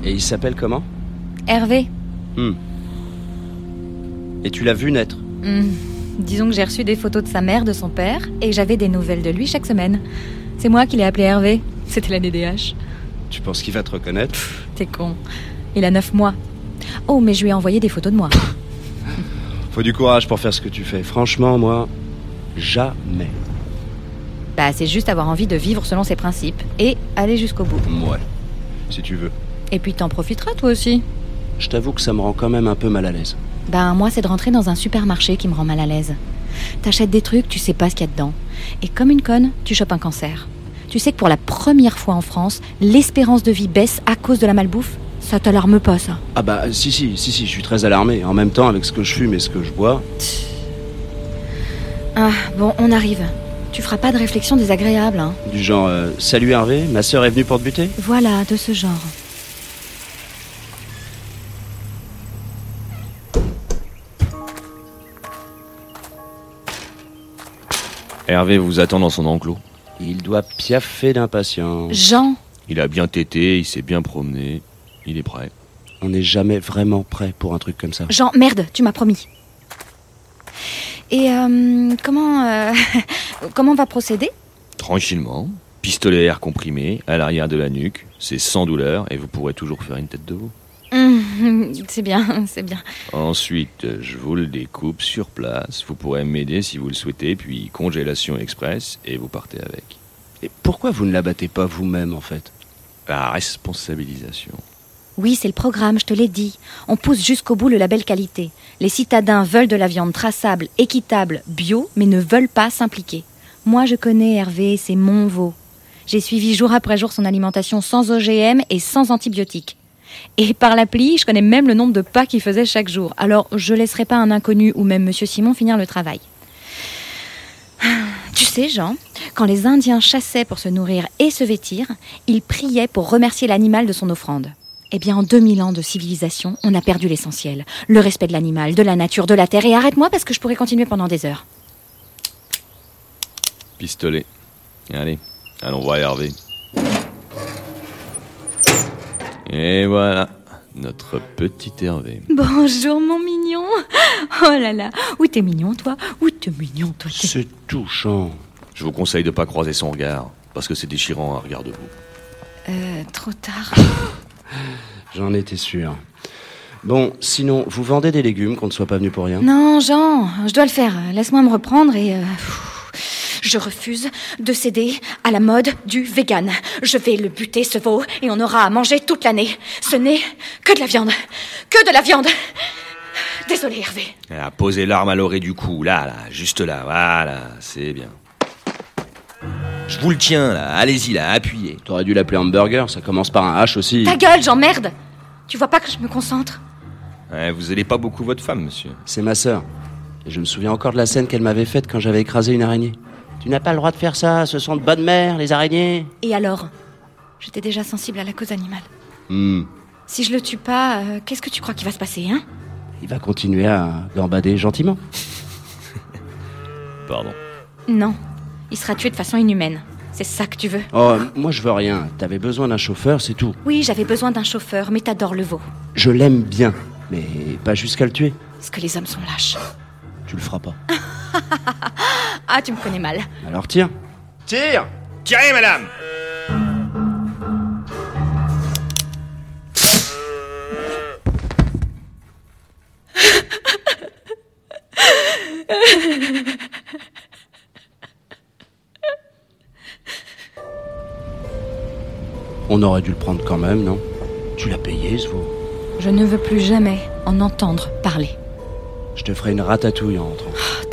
Et il s'appelle comment ? Hervé. Et tu l'as vu naître ? Disons que j'ai reçu des photos de sa mère, de son père, et j'avais des nouvelles de lui chaque semaine. C'est moi qui l'ai appelé Hervé. C'était la DDH. Tu penses qu'il va te reconnaître ? T'es con. Il a 9 mois. Oh, mais je lui ai envoyé des photos de moi. Faut du courage pour faire ce que tu fais. Franchement, moi, jamais. Bah, c'est juste avoir envie de vivre selon ses principes et aller jusqu'au bout. Ouais, si tu veux. Et puis t'en profiteras toi aussi. Je t'avoue que ça me rend quand même un peu mal à l'aise. Ben, moi, c'est de rentrer dans un supermarché qui me rend mal à l'aise. T'achètes des trucs, tu sais pas ce qu'il y a dedans. Et comme une conne, tu chopes un cancer. Tu sais que pour la première fois en France, l'espérance de vie baisse à cause de la malbouffe. Ça t'alarme pas, ça ? Ah bah, si, je suis très alarmé. En même temps, avec ce que je fume et ce que je bois... Ah, bon, on arrive. Tu feras pas de réflexion désagréable, hein ? Du genre, salut Hervé, ma sœur est venue pour te buter ? Voilà, de ce genre. Hervé vous attend dans son enclos. Il doit piaffer d'impatience. Jean ! Il a bien tété, il s'est bien promené. Il est prêt. On n'est jamais vraiment prêt pour un truc comme ça. Jean, merde, tu m'as promis. Et comment on va procéder ? Tranquillement. Pistolet à air comprimé, à l'arrière de la nuque. C'est sans douleur et vous pourrez toujours faire une tête de veau. C'est bien, c'est bien. Ensuite, je vous le découpe sur place. Vous pourrez m'aider si vous le souhaitez, puis congélation express et vous partez avec. Et pourquoi vous ne l'abattez pas vous-même, en fait ? La responsabilisation. Oui, c'est le programme, je te l'ai dit. On pousse jusqu'au bout le label qualité. Les citadins veulent de la viande traçable, équitable, bio, mais ne veulent pas s'impliquer. Moi, je connais Hervé, c'est mon veau. J'ai suivi jour après jour son alimentation sans OGM et sans antibiotiques. Et par l'appli, je connais même le nombre de pas qu'il faisait chaque jour. Alors, je laisserai pas un inconnu ou même Monsieur Simon finir le travail. Tu sais, Jean, quand les Indiens chassaient pour se nourrir et se vêtir, ils priaient pour remercier l'animal de son offrande. Eh bien, en 2000 ans de civilisation, on a perdu l'essentiel. Le respect de l'animal, de la nature, de la terre. Et arrête-moi parce que je pourrais continuer pendant des heures. Pistolet. Allez, allons voir Hervé. Et voilà, notre petit Hervé. Bonjour, mon mignon. Oh là là, où t'es mignon, toi ? Où t'es mignon, toi ? C'est touchant. Je vous conseille de ne pas croiser son regard, parce que c'est déchirant un regard de vous. Trop tard. J'en étais sûr. Bon, sinon, vous vendez des légumes qu'on ne soit pas venu pour rien ? Non, Jean, je dois le faire. Laisse-moi me reprendre et... Je refuse de céder à la mode du vegan. Je vais le buter, ce veau, et on aura à manger toute l'année. Ce n'est que de la viande. Que de la viande. Désolé, Hervé. Ah, posez l'arme à l'oreille du cou, là, juste là, voilà, c'est bien. Je vous le tiens, là, allez-y, là, appuyez. T'aurais dû l'appeler hamburger, ça commence par un H aussi. Ta gueule, j'emmerde. Tu vois pas que je me concentre ? Ouais, vous aidez pas beaucoup votre femme, monsieur. C'est ma sœur. Et je me souviens encore de la scène qu'elle m'avait faite quand j'avais écrasé une araignée. Tu n'as pas le droit de faire ça, ce sont de bonnes mères, les araignées. Et alors ? J'étais déjà sensible à la cause animale. Si je le tue pas, qu'est-ce que tu crois qu'il va se passer, hein ? Il va continuer à gambader gentiment. Pardon. Non, il sera tué de façon inhumaine. C'est ça que tu veux ? Oh, moi je veux rien. T'avais besoin d'un chauffeur, c'est tout. Oui, j'avais besoin d'un chauffeur, mais t'adores le veau. Je l'aime bien, mais pas jusqu'à le tuer. Parce que les hommes sont lâches. Tu le feras pas. Ah, tu me connais mal. Alors tire. Tire ! Tirez, madame. On aurait dû le prendre quand même, non ? Tu l'as payé, ce veau. Je ne veux plus jamais en entendre parler. Je te ferai une ratatouille en rentrant.